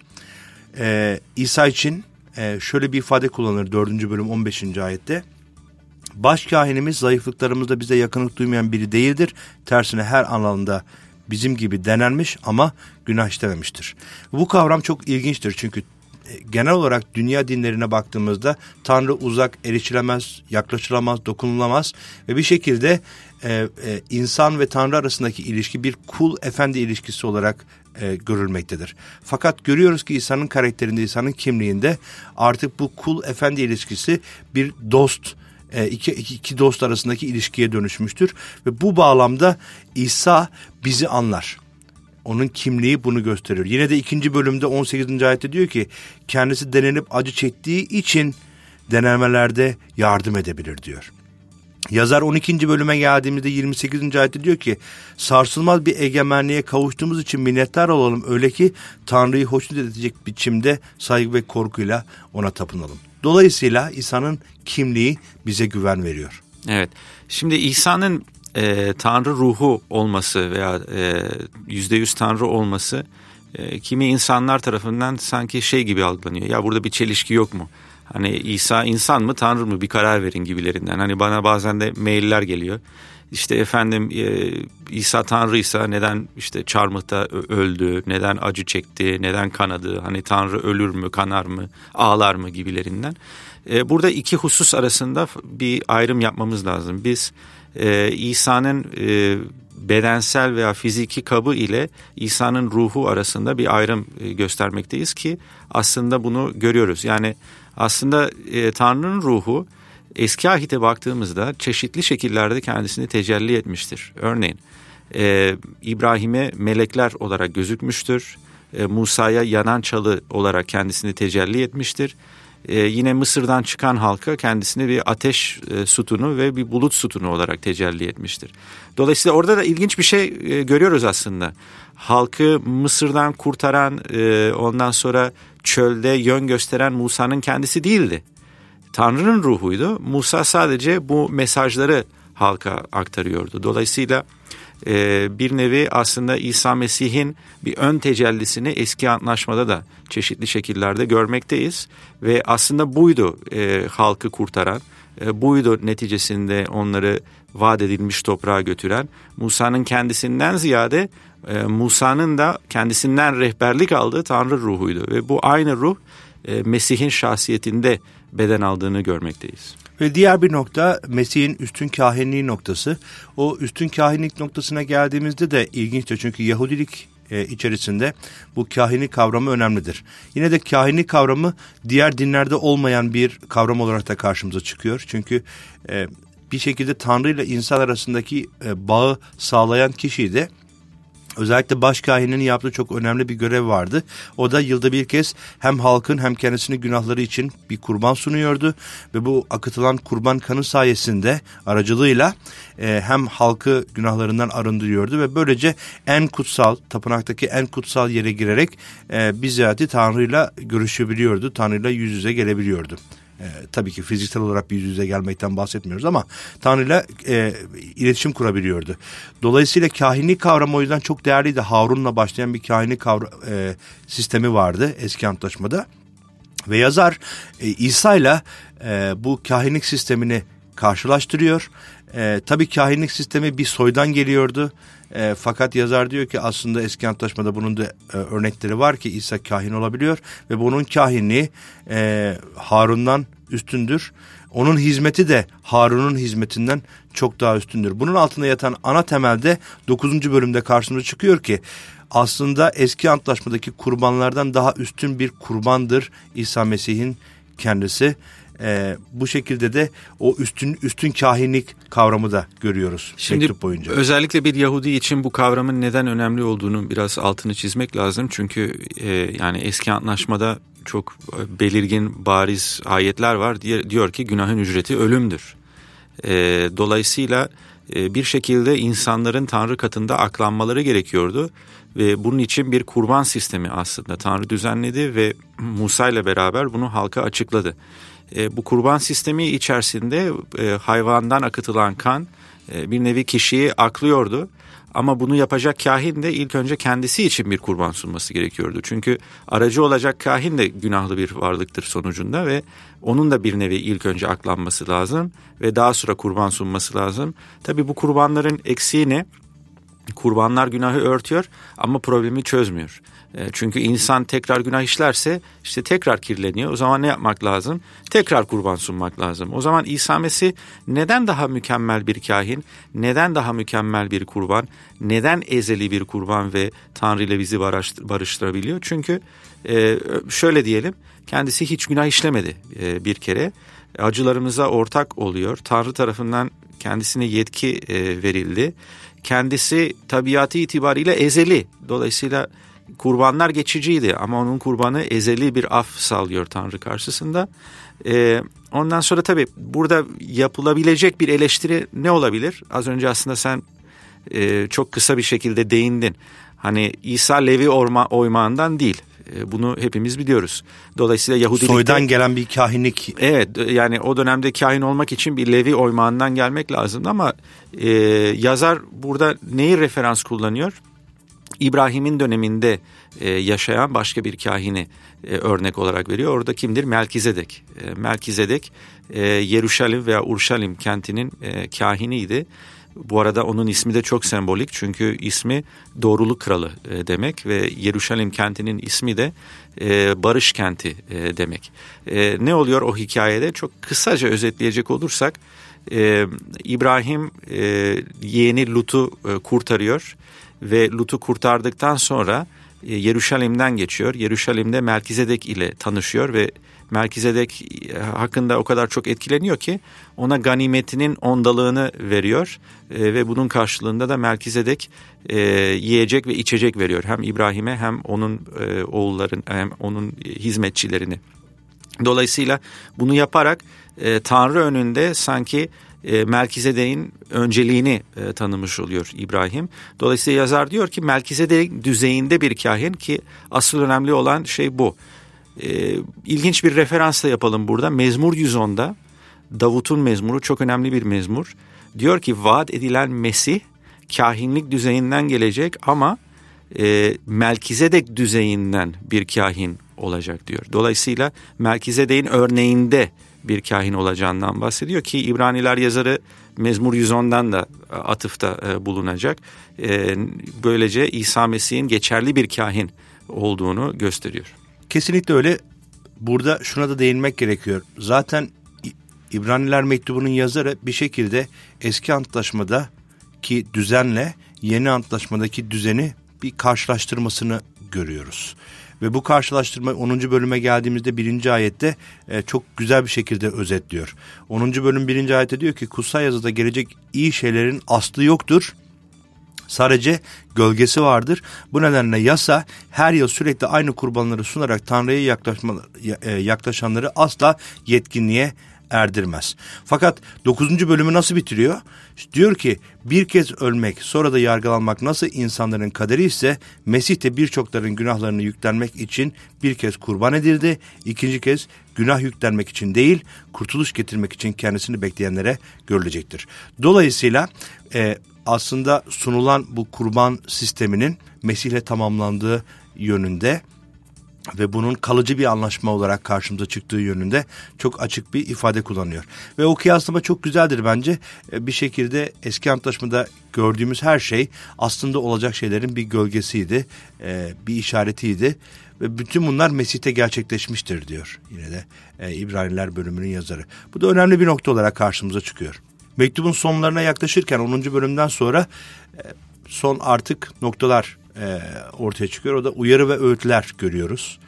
İsa için şöyle bir ifade kullanılır 4. bölüm 15. ayette. Başkâhinimiz zayıflıklarımızda bize yakınlık duymayan biri değildir. Tersine her anlamda bizim gibi denenmiş ama günah işlememiştir. Bu kavram çok ilginçtir çünkü genel olarak dünya dinlerine baktığımızda Tanrı uzak, erişilemez, yaklaşılamaz, dokunulamaz ve bir şekilde insan ve Tanrı arasındaki ilişki bir kul efendi ilişkisi olarak görülmektedir. Fakat görüyoruz ki İsa'nın karakterinde, İsa'nın kimliğinde artık bu kul efendi ilişkisi bir dost, iki dost arasındaki ilişkiye dönüşmüştür ve bu bağlamda İsa bizi anlar. Onun kimliği bunu gösteriyor. Yine de 2. bölümde 18. ayette diyor ki kendisi denenip acı çektiği için denemelerde yardım edebilir diyor. Yazar 12. bölüme geldiğimizde 28. ayette diyor ki sarsılmaz bir egemenliğe kavuştuğumuz için minnettar olalım öyle ki Tanrı'yı hoşnut edecek biçimde saygı ve korkuyla ona tapınalım. Dolayısıyla İsa'nın kimliği bize güven veriyor. Evet. Şimdi İsa'nın Tanrı ruhu olması veya %100 Tanrı olması kimi insanlar tarafından sanki şey gibi algılanıyor. Ya burada bir çelişki yok mu? Hani İsa insan mı Tanrı mı bir karar verin gibilerinden. Hani bana bazen de mailler geliyor. İşte efendim İsa Tanrıysa neden işte çarmıhta öldü, neden acı çekti, neden kanadı, hani Tanrı ölür mü, kanar mı, ağlar mı gibilerinden. Burada iki husus arasında bir ayrım yapmamız lazım. Biz İsa'nın bedensel veya fiziki kabı ile İsa'nın ruhu arasında bir ayrım göstermekteyiz ki aslında bunu görüyoruz. Yani Aslında Tanrı'nın ruhu eski ahite baktığımızda çeşitli şekillerde kendisini tecelli etmiştir. Örneğin İbrahim'e melekler olarak gözükmüştür. Musa'ya yanan çalı olarak kendisini tecelli etmiştir. Yine Mısır'dan çıkan halka kendisini bir ateş sütunu ve bir bulut sütunu olarak tecelli etmiştir. Dolayısıyla orada da ilginç bir şey görüyoruz aslında. Halkı Mısır'dan kurtaran, ondan sonra çölde yön gösteren Musa'nın kendisi değildi. Tanrı'nın ruhuydu. Musa sadece bu mesajları halka aktarıyordu. Dolayısıyla bir nevi aslında İsa Mesih'in bir ön tecellisini eski antlaşmada da çeşitli şekillerde görmekteyiz. Ve aslında buydu halkı kurtaran, buydu neticesinde onları vaat edilmiş toprağa götüren. Musa'nın kendisinden ziyade Musa'nın da kendisinden rehberlik aldığı Tanrı ruhuydu. Ve bu aynı ruh Mesih'in şahsiyetinde beden aldığını görmekteyiz. Ve diğer bir nokta Mesih'in üstün kahinliği noktası. O üstün kahinlik noktasına geldiğimizde de ilginçtir. Çünkü Yahudilik içerisinde bu kahinlik kavramı önemlidir. Yine de kahinlik kavramı diğer dinlerde olmayan bir kavram olarak da karşımıza çıkıyor. Çünkü bir şekilde Tanrı ile insan arasındaki bağı sağlayan kişiydi. Özellikle başkahinin yaptığı çok önemli bir görev vardı. O da yılda bir kez hem halkın hem kendisinin günahları için bir kurban sunuyordu. Ve bu akıtılan kurban kanı sayesinde aracılığıyla hem halkı günahlarından arındırıyordu. Ve böylece en kutsal, tapınaktaki en kutsal yere girerek bizzat Tanrı'yla görüşebiliyordu. Tanrı'yla yüz yüze gelebiliyordu. Tabii ki fiziksel olarak bir yüz yüze gelmekten bahsetmiyoruz ama Tanrı'yla iletişim kurabiliyordu. Dolayısıyla kahinlik kavramı o yüzden çok değerliydi. Harun'la başlayan bir kahinlik sistemi vardı eski antlaşmada. Ve yazar İsa'yla bu kahinlik sistemini karşılaştırıyor. Tabii kahinlik sistemi bir soydan geliyordu. Fakat yazar diyor ki aslında eski antlaşmada bunun da örnekleri var ki İsa kahin olabiliyor ve bunun kahinliği Harun'dan üstündür. Onun hizmeti de Harun'un hizmetinden çok daha üstündür. Bunun altında yatan ana temelde 9. bölümde karşımıza çıkıyor ki aslında eski antlaşmadaki kurbanlardan daha üstün bir kurbandır İsa Mesih'in kendisi. Bu şekilde de o üstün kahinlik kavramı da görüyoruz mektup boyunca. Özellikle bir Yahudi için bu kavramın neden önemli olduğunu biraz altını çizmek lazım. Çünkü yani eski antlaşmada çok belirgin, bariz ayetler var. Diyor ki günahın ücreti ölümdür. Dolayısıyla bir şekilde insanların Tanrı katında aklanmaları gerekiyordu. Ve bunun için bir kurban sistemi aslında Tanrı düzenledi ve Musa ile beraber bunu halka açıkladı. Bu kurban sistemi içerisinde hayvandan akıtılan kan bir nevi kişiyi aklıyordu. Ama bunu yapacak kahin de ilk önce kendisi için bir kurban sunması gerekiyordu. Çünkü aracı olacak kahin de günahlı bir varlıktır sonucunda ve onun da bir nevi ilk önce aklanması lazım ve daha sonra kurban sunması lazım. Tabii bu kurbanların eksiği ne? Kurbanlar günahı örtüyor ama problemi çözmüyor. Çünkü insan tekrar günah işlerse işte tekrar kirleniyor. O zaman ne yapmak lazım? Tekrar kurban sunmak lazım. O zaman İsa Mesih neden daha mükemmel bir kahin? Neden daha mükemmel bir kurban? Neden ezeli bir kurban ve Tanrı ile bizi barıştırabiliyor? Çünkü şöyle diyelim, kendisi hiç günah işlemedi bir kere. Acılarımıza ortak oluyor. Tanrı tarafından kendisine yetki verildi. Kendisi tabiatı itibariyle ezeli. Dolayısıyla kurbanlar geçiciydi ama onun kurbanı ezeli bir af sağlıyor Tanrı karşısında. Ondan sonra tabii burada yapılabilecek bir eleştiri ne olabilir? Az önce aslında sen çok kısa bir şekilde değindin. Hani İsa Levi oymağından değil. Bunu hepimiz biliyoruz. Dolayısıyla Yahudilikte... Soydan gelen bir kahinlik. Evet, yani o dönemde kahin olmak için bir Levi oymağından gelmek lazımdı ama yazar burada neyi referans kullanıyor? İbrahim'in döneminde yaşayan başka bir kahini örnek olarak veriyor. Orada kimdir? Melkizedek. Melkizedek Yeruşalim veya Urşalim kentinin kahiniydi. Bu arada onun ismi de çok sembolik çünkü ismi doğruluk kralı demek ve Yeruşalim kentinin ismi de barış kenti demek. Ne oluyor o hikayede? Çok kısaca özetleyecek olursak İbrahim yeğeni Lut'u kurtarıyor ve Lut'u kurtardıktan sonra Yeruşalim'den geçiyor. Yeruşalim'de Melkizedek ile tanışıyor ve Melkizedek hakkında o kadar çok etkileniyor ki ona ganimetinin ondalığını veriyor ve bunun karşılığında da Melkizedek yiyecek ve içecek veriyor. Hem İbrahim'e hem onun oğulların hem onun hizmetçilerini. Dolayısıyla bunu yaparak Tanrı önünde sanki Melkizedek'in önceliğini tanımış oluyor İbrahim. Dolayısıyla yazar diyor ki Melkizedek düzeyinde bir kahin ki asıl önemli olan şey bu. İlginç bir referans da yapalım burada. Mezmur 110'da Davut'un mezmuru çok önemli bir mezmur. Diyor ki vaat edilen Mesih kahinlik düzeyinden gelecek ama Melkizedek düzeyinden bir kahin olacak diyor. Dolayısıyla Melkizedek'in örneğinde bir kahin olacağından bahsediyor ki İbraniler yazarı Mezmur 110'dan da atıfta bulunacak. Böylece İsa Mesih'in geçerli bir kahin olduğunu gösteriyor. Kesinlikle öyle. Burada şuna da değinmek gerekiyor. Zaten İbraniler mektubunun yazarı bir şekilde eski antlaşmadaki düzenle yeni antlaşmadaki düzeni bir karşılaştırmasını görüyoruz. Ve bu karşılaştırma 10. bölüme geldiğimizde 1. ayette çok güzel bir şekilde özetliyor. 10. bölüm 1. ayette diyor ki kutsal yazıda gelecek iyi şeylerin aslı yoktur. Sadece gölgesi vardır. Bu nedenle yasa her yıl sürekli aynı kurbanları sunarak Tanrı'ya yaklaşanları asla yetkinliğe erdirmez. Fakat 9. bölümü nasıl bitiriyor? Diyor ki bir kez ölmek sonra da yargılanmak nasıl insanların kaderi ise Mesih de birçokların günahlarını yüklenmek için bir kez kurban edildi. İkinci kez günah yüklenmek için değil kurtuluş getirmek için kendisini bekleyenlere görülecektir. Dolayısıyla aslında sunulan bu kurban sisteminin Mesih'le tamamlandığı yönünde ve bunun kalıcı bir anlaşma olarak karşımıza çıktığı yönünde çok açık bir ifade kullanıyor. Ve o kıyaslama çok güzeldir bence. Bir şekilde eski antlaşmada gördüğümüz her şey aslında olacak şeylerin bir gölgesiydi, bir işaretiydi. Ve bütün bunlar Mesih'te gerçekleşmiştir diyor yine de İbraniler bölümünün yazarı. Bu da önemli bir nokta olarak karşımıza çıkıyor. Mektubun sonlarına yaklaşırken 10. bölümden sonra son artık noktalar ortaya çıkıyor. O da uyarı ve öğütler görüyoruz.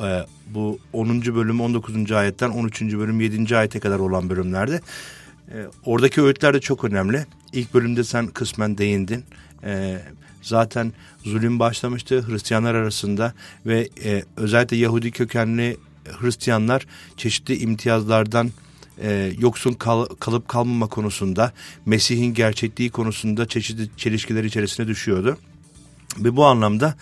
Bu 10. bölüm 19. ayetten 13. bölüm 7. ayete kadar olan bölümlerde. Oradaki öğütler de çok önemli. İlk bölümde sen kısmen değindin. Zaten zulüm başlamıştı Hristiyanlar arasında ve özellikle Yahudi kökenli Hristiyanlar çeşitli imtiyazlardan yoksun kalıp kalmama konusunda, Mesih'in gerçekliği konusunda çeşitli çelişkiler içerisine düşüyordu. Ve bu anlamda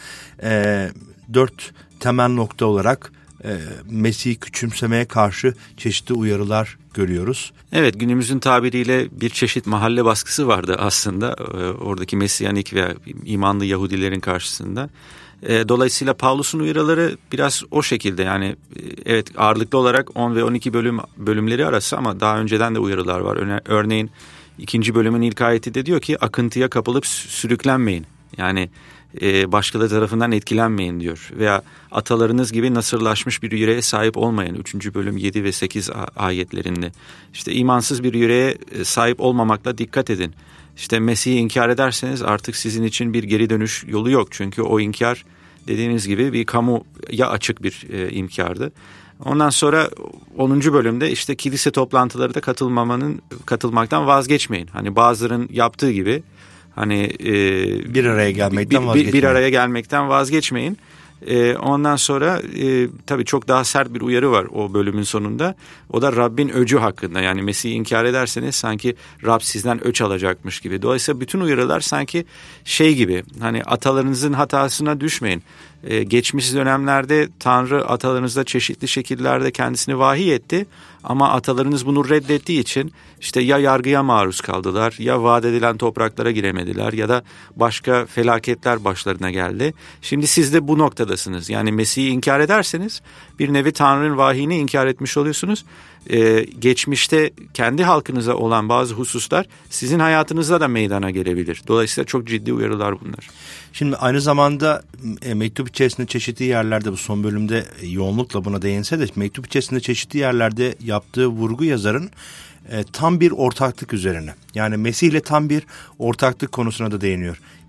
4 temel nokta olarak Mesih'i küçümsemeye karşı çeşitli uyarılar görüyoruz. Evet, günümüzün tabiriyle bir çeşit mahalle baskısı vardı aslında oradaki Mesiyanik ve imanlı Yahudilerin karşısında. Dolayısıyla Pavlus'un uyarıları biraz o şekilde, yani evet ağırlıklı olarak 10 ve 12 bölümleri arası ama daha önceden de uyarılar var. Örneğin 2. bölümün ilk ayeti de diyor ki akıntıya kapılıp sürüklenmeyin. Yani başkaları tarafından etkilenmeyin diyor. Veya atalarınız gibi nasırlaşmış bir yüreğe sahip olmayın. 3. bölüm 7 ve 8 ayetlerinde. İşte imansız bir yüreğe sahip olmamakla dikkat edin. İşte Mesih'i inkar ederseniz artık sizin için bir geri dönüş yolu yok. Çünkü o inkar dediğiniz gibi bir kamuya açık bir inkardı. Ondan sonra 10. bölümde işte kilise toplantıları da katılmaktan vazgeçmeyin. Hani bazıların yaptığı gibi hani bir araya gelmekten vazgeçmeyin. Bir araya gelmekten vazgeçmeyin. Ondan sonra tabii çok daha sert bir uyarı var o bölümün sonunda. O da Rabbin öcü hakkında. Yani Mesih'i inkar ederseniz sanki Rab sizden öç alacakmış gibi. Dolayısıyla bütün uyarılar sanki şey gibi, hani atalarınızın hatasına düşmeyin. Geçmiş dönemlerde Tanrı atalarınızda çeşitli şekillerde kendisini vahiy etti. Ama atalarınız bunu reddettiği için işte ya yargıya maruz kaldılar, ya vaat edilen topraklara giremediler ya da başka felaketler başlarına geldi. Şimdi siz de bu noktadasınız. Yani Mesih'i inkar ederseniz bir nevi Tanrı'nın vahiyini inkar etmiş oluyorsunuz. Geçmişte kendi halkınıza olan bazı hususlar sizin hayatınızda da meydana gelebilir. Dolayısıyla çok ciddi uyarılar bunlar. Şimdi aynı zamanda mektup içerisinde çeşitli yerlerde, bu son bölümde yoğunlukla buna değinse de mektup içerisinde çeşitli yerlerde yaptığı vurgu yazarın tam bir ortaklık üzerine. Yani Mesih ile tam bir ortaklık konusuna da değiniyor.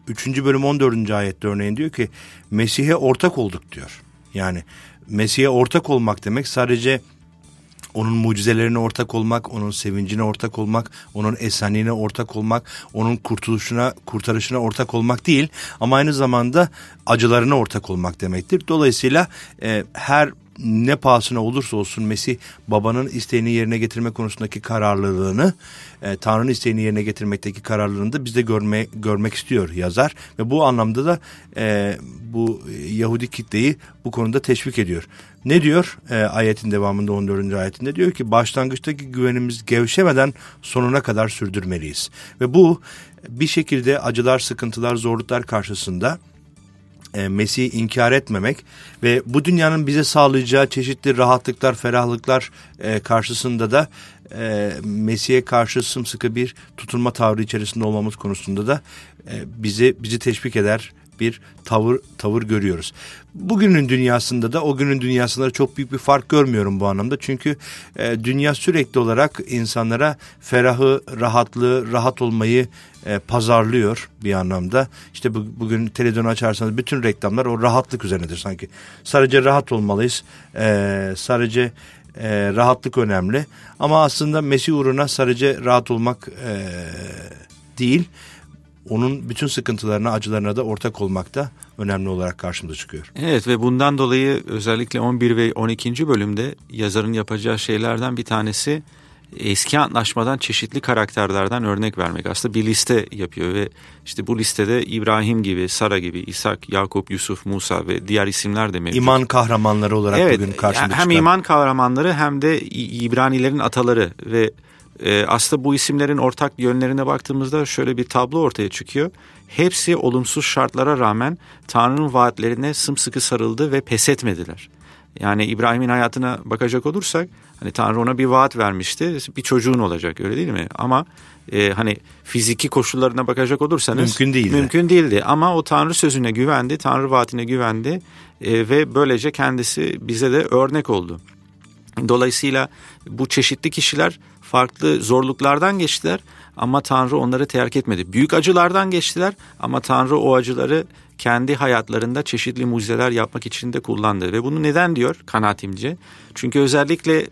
3. bölüm 14. ayette örneğin diyor ki Mesih'e ortak olduk diyor. Yani Mesih'e ortak olmak demek sadece onun mucizelerine ortak olmak, onun sevincine ortak olmak, onun esenliğine ortak olmak, onun kurtarışına ortak olmak değil. Ama aynı zamanda acılarına ortak olmak demektir. Dolayısıyla her ne pahasına olursa olsun Mesih babanın isteğini yerine getirme konusundaki kararlılığını, Tanrı'nın isteğini yerine getirmekteki kararlılığını da biz de görmek istiyor yazar. Ve bu anlamda da bu Yahudi kitleyi bu konuda teşvik ediyor. Ne diyor? Ayetin devamında 14. ayetinde diyor ki başlangıçtaki güvenimiz gevşemeden sonuna kadar sürdürmeliyiz. Ve bu bir şekilde acılar, sıkıntılar, zorluklar karşısında Mesih'i inkar etmemek ve bu dünyanın bize sağlayacağı çeşitli rahatlıklar, ferahlıklar karşısında da Mesih'e karşı sımsıkı bir tutunma tavrı içerisinde olmamız konusunda da bizi teşvik eder bir tavır görüyoruz. Bugünün dünyasında da o günün dünyasında da çok büyük bir fark görmüyorum bu anlamda. Çünkü dünya sürekli olarak insanlara ferahı, rahatlığı, rahat olmayı pazarlıyor bir anlamda. İşte bugün televizyonu açarsanız bütün reklamlar o rahatlık üzerinedir sanki. Sadece rahat olmalıyız. Sadece rahatlık önemli. Ama aslında Mesih uğruna sadece rahat olmak değil, onun bütün sıkıntılarına, acılarına da ortak olmak da önemli olarak karşımıza çıkıyor. Evet ve bundan dolayı özellikle 11 ve 12. bölümde yazarın yapacağı şeylerden bir tanesi eski antlaşmadan çeşitli karakterlerden örnek vermek. Aslında bir liste yapıyor ve işte bu listede İbrahim gibi, Sara gibi, İshak, Yakup, Yusuf, Musa ve diğer isimler de mevcut. İman kahramanları olarak bugün karşımıza çıkan. Hem iman kahramanları hem de İbranilerin ataları ve aslında bu isimlerin ortak yönlerine baktığımızda şöyle bir tablo ortaya çıkıyor. Hepsi olumsuz şartlara rağmen Tanrı'nın vaatlerine sımsıkı sarıldı ve pes etmediler. Yani İbrahim'in hayatına bakacak olursak hani Tanrı ona bir vaat vermişti. Bir çocuğun olacak, öyle değil mi? Ama hani fiziki koşullarına bakacak olursanız mümkün değildi. Ama o Tanrı sözüne güvendi, Tanrı vaatine güvendi ve böylece kendisi bize de örnek oldu. Dolayısıyla bu çeşitli kişiler farklı zorluklardan geçtiler ama Tanrı onları terk etmedi. Büyük acılardan geçtiler ama Tanrı o acıları kendi hayatlarında çeşitli mucizeler yapmak için de kullandı. Ve bunu neden diyor kanaatimce? Çünkü özellikle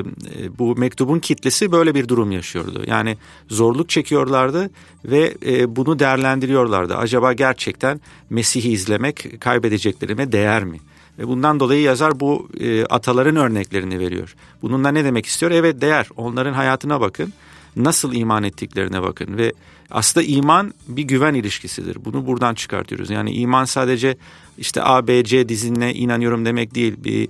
bu mektubun kitlesi böyle bir durum yaşıyordu. Yani zorluk çekiyorlardı ve bunu değerlendiriyorlardı. Acaba gerçekten Mesih'i izlemek kaybedeceklerime değer mi? Ve bundan dolayı yazar bu ataların örneklerini veriyor. Bununla ne demek istiyor? Evet, değer. Onların hayatına bakın. Nasıl iman ettiklerine bakın. Ve aslında iman bir güven ilişkisidir. Bunu buradan çıkartıyoruz. Yani iman sadece işte A, B, C dizine inanıyorum demek değil. Bir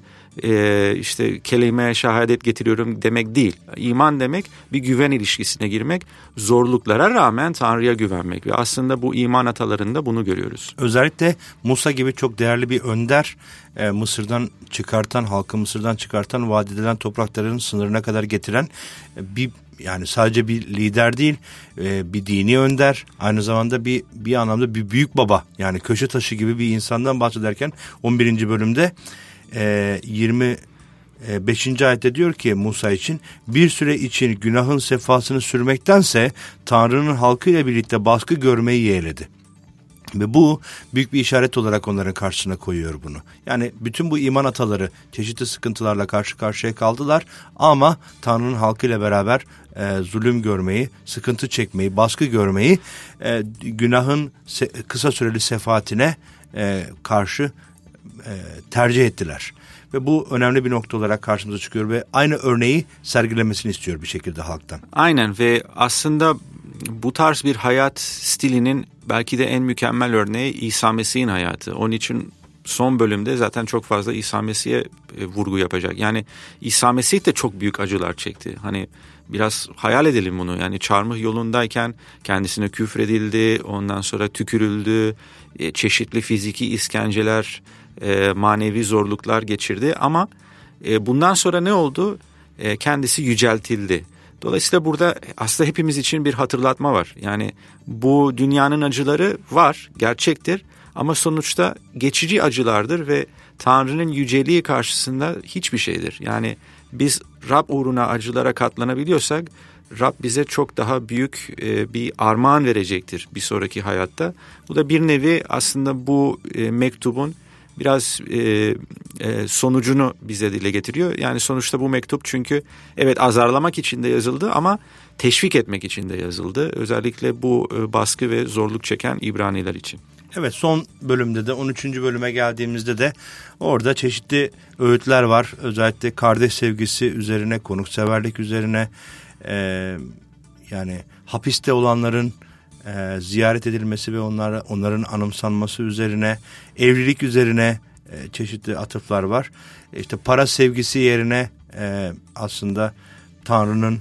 işte kelime-i şehadet getiriyorum demek değil. İman demek bir güven ilişkisine girmek. Zorluklara rağmen Tanrı'ya güvenmek. Ve aslında bu iman atalarında bunu görüyoruz. Özellikle Musa gibi çok değerli bir önder, Mısır'dan çıkartan, halkı Mısır'dan çıkartan, vaat edilen toprakların sınırına kadar getiren yani sadece bir lider değil, bir dini önder, aynı zamanda bir anlamda bir büyük baba, yani köşe taşı gibi bir insandan bahsederken 11. bölümde 25. ayette diyor ki Musa için bir süre için günahın sefasını sürmektense Tanrı'nın halkıyla birlikte baskı görmeyi yeğledi. Ve bu büyük bir işaret olarak onların karşısına koyuyor bunu. Yani bütün bu iman ataları çeşitli sıkıntılarla karşı karşıya kaldılar ama Tanrı'nın halkıyla beraber zulüm görmeyi, sıkıntı çekmeyi, baskı görmeyi günahın kısa süreli sefaatine karşı tercih ettiler. Ve bu önemli bir nokta olarak karşımıza çıkıyor ve aynı örneği sergilemesini istiyor bir şekilde halktan. Aynen ve aslında bu tarz bir hayat stilinin belki de en mükemmel örneği İsa Mesih'in hayatı. Onun için son bölümde zaten çok fazla İsa Mesih'e vurgu yapacak. Yani İsa Mesih de çok büyük acılar çekti. Hani biraz hayal edelim bunu. Yani çarmıh yolundayken kendisine küfredildi, ondan sonra tükürüldü, çeşitli fiziki işkenceler, manevi zorluklar geçirdi. Ama bundan sonra ne oldu? Kendisi yüceltildi. Dolayısıyla burada aslında hepimiz için bir hatırlatma var. Yani bu dünyanın acıları var, gerçektir ama sonuçta geçici acılardır ve Tanrı'nın yüceliği karşısında hiçbir şeydir. Yani biz Rab uğruna acılara katlanabiliyorsak Rab bize çok daha büyük bir armağan verecektir bir sonraki hayatta. Bu da bir nevi aslında bu mektubun biraz sonucunu bize dile getiriyor. Yani sonuçta bu mektup çünkü evet azarlamak için de yazıldı ama teşvik etmek için de yazıldı. Özellikle bu baskı ve zorluk çeken İbraniler için. Evet, son bölümde de 13. bölüme geldiğimizde de orada çeşitli öğütler var. Özellikle kardeş sevgisi üzerine, konukseverlik üzerine, yani hapiste olanların ziyaret edilmesi ve onların anımsanması üzerine, evlilik üzerine çeşitli atıflar var. İşte para sevgisi yerine aslında Tanrı'nın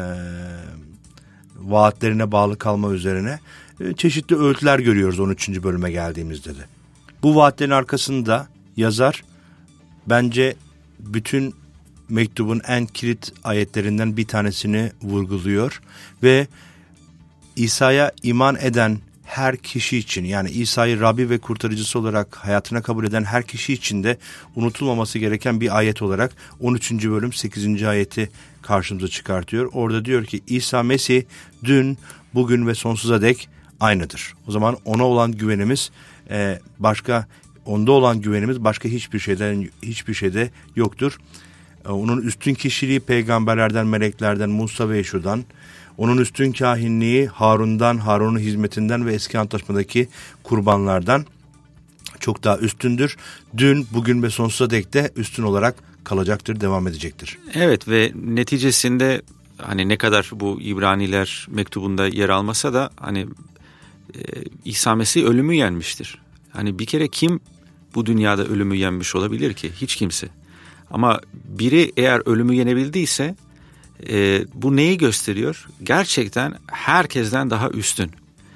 vaatlerine bağlı kalma üzerine çeşitli öğütler görüyoruz 13. bölüme geldiğimizde de. Bu vaatlerin arkasında yazar bence bütün mektubun en kilit ayetlerinden bir tanesini vurguluyor ve İsa'ya iman eden her kişi için, yani İsa'yı Rabbi ve kurtarıcısı olarak hayatına kabul eden her kişi için de unutulmaması gereken bir ayet olarak 13. bölüm 8. ayeti karşımıza çıkartıyor. Orada diyor ki İsa Mesih dün, bugün ve sonsuza dek aynıdır. O zaman ona olan güvenimiz onda olan güvenimiz başka hiçbir şeyde yoktur. Onun üstün kişiliği peygamberlerden, meleklerden, Musa ve Yeşu'dan, onun üstün kahinliği Harun'dan, Harun'un hizmetinden ve eski antlaşmadaki kurbanlardan çok daha üstündür. Dün, bugün ve sonsuza dek de üstün olarak kalacaktır, devam edecektir. Evet ve neticesinde hani ne kadar bu İbraniler mektubunda yer almasa da hani İsa Mesih ölümü yenmiştir. Hani bir kere kim bu dünyada ölümü yenmiş olabilir ki? Hiç kimse. Ama biri eğer ölümü yenebildiyse bu neyi gösteriyor? Gerçekten herkesten daha üstün.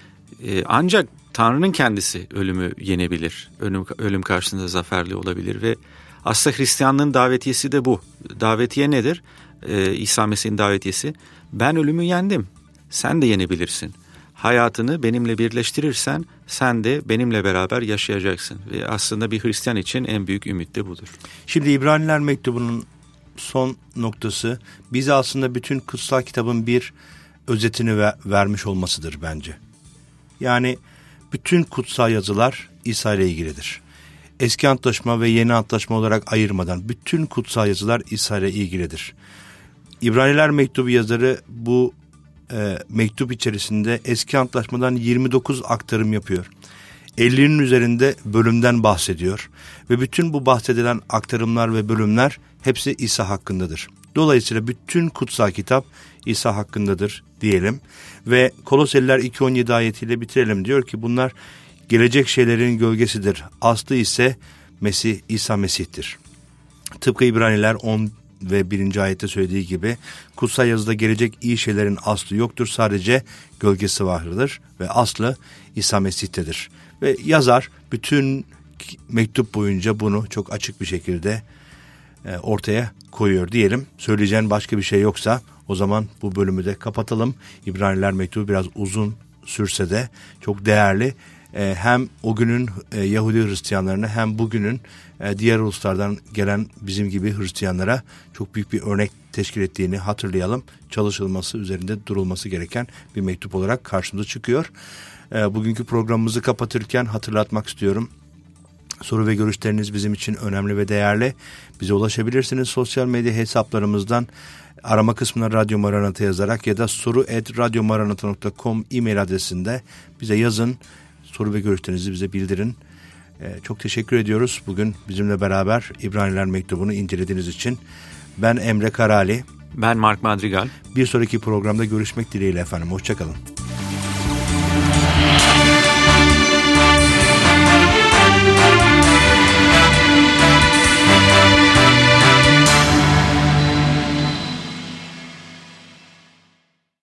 Ancak Tanrı'nın kendisi ölümü yenebilir. Ölüm karşısında zaferli olabilir ve aslında Hristiyanlığın davetiyesi de bu. Davetiye nedir? İsa Mesih'in davetiyesi. Ben ölümü yendim. Sen de yenebilirsin. Hayatını benimle birleştirirsen sen de benimle beraber yaşayacaksın. Ve aslında bir Hristiyan için en büyük ümit de budur. Şimdi İbraniler mektubunun son noktası bize aslında bütün kutsal kitabın bir özetini vermiş olmasıdır bence. Yani bütün kutsal yazılar İsa ile ilgilidir. Eski antlaşma ve yeni antlaşma olarak ayırmadan bütün kutsal yazılar İsa ile ilgilidir. İbraniler mektubu yazarı bu mektup içerisinde eski antlaşmadan 29 aktarım yapıyor. 50'nin üzerinde bölümden bahsediyor ve bütün bu bahsedilen aktarımlar ve bölümler hepsi İsa hakkındadır. Dolayısıyla bütün kutsal kitap İsa hakkındadır diyelim ve Koloseliler 2.17 ayetiyle bitirelim. Diyor ki bunlar gelecek şeylerin gölgesidir. Aslı ise İsa Mesih'tir. Tıpkı İbraniler 10 ve 1. ayette söylediği gibi kutsal yazıda gelecek iyi şeylerin aslı yoktur. Sadece gölgesi vardır ve aslı İsa Mesih'tedir. Ve yazar bütün mektup boyunca bunu çok açık bir şekilde ortaya koyuyor diyelim. Söyleyeceğin başka bir şey yoksa o zaman bu bölümü de kapatalım. İbraniler mektubu biraz uzun sürse de çok değerli. Hem o günün Yahudi Hristiyanlarına hem bugünün diğer uluslardan gelen bizim gibi Hristiyanlara çok büyük bir örnek teşkil ettiğini hatırlayalım. Çalışılması, üzerinde durulması gereken bir mektup olarak karşımıza çıkıyor. Bugünkü programımızı kapatırken hatırlatmak istiyorum. Soru ve görüşleriniz bizim için önemli ve değerli. Bize ulaşabilirsiniz sosyal medya hesaplarımızdan. Arama kısmına Radyo Maranata yazarak ya da soru@radyomaranata.com e-mail adresinde bize yazın. Soru ve görüşlerinizi bize bildirin. Çok teşekkür ediyoruz. Bugün bizimle beraber İbraniler mektubunu incelediğiniz için. Ben Emre Karali. Ben Mark Madrigal. Bir sonraki programda görüşmek dileğiyle efendim. Hoşçakalın.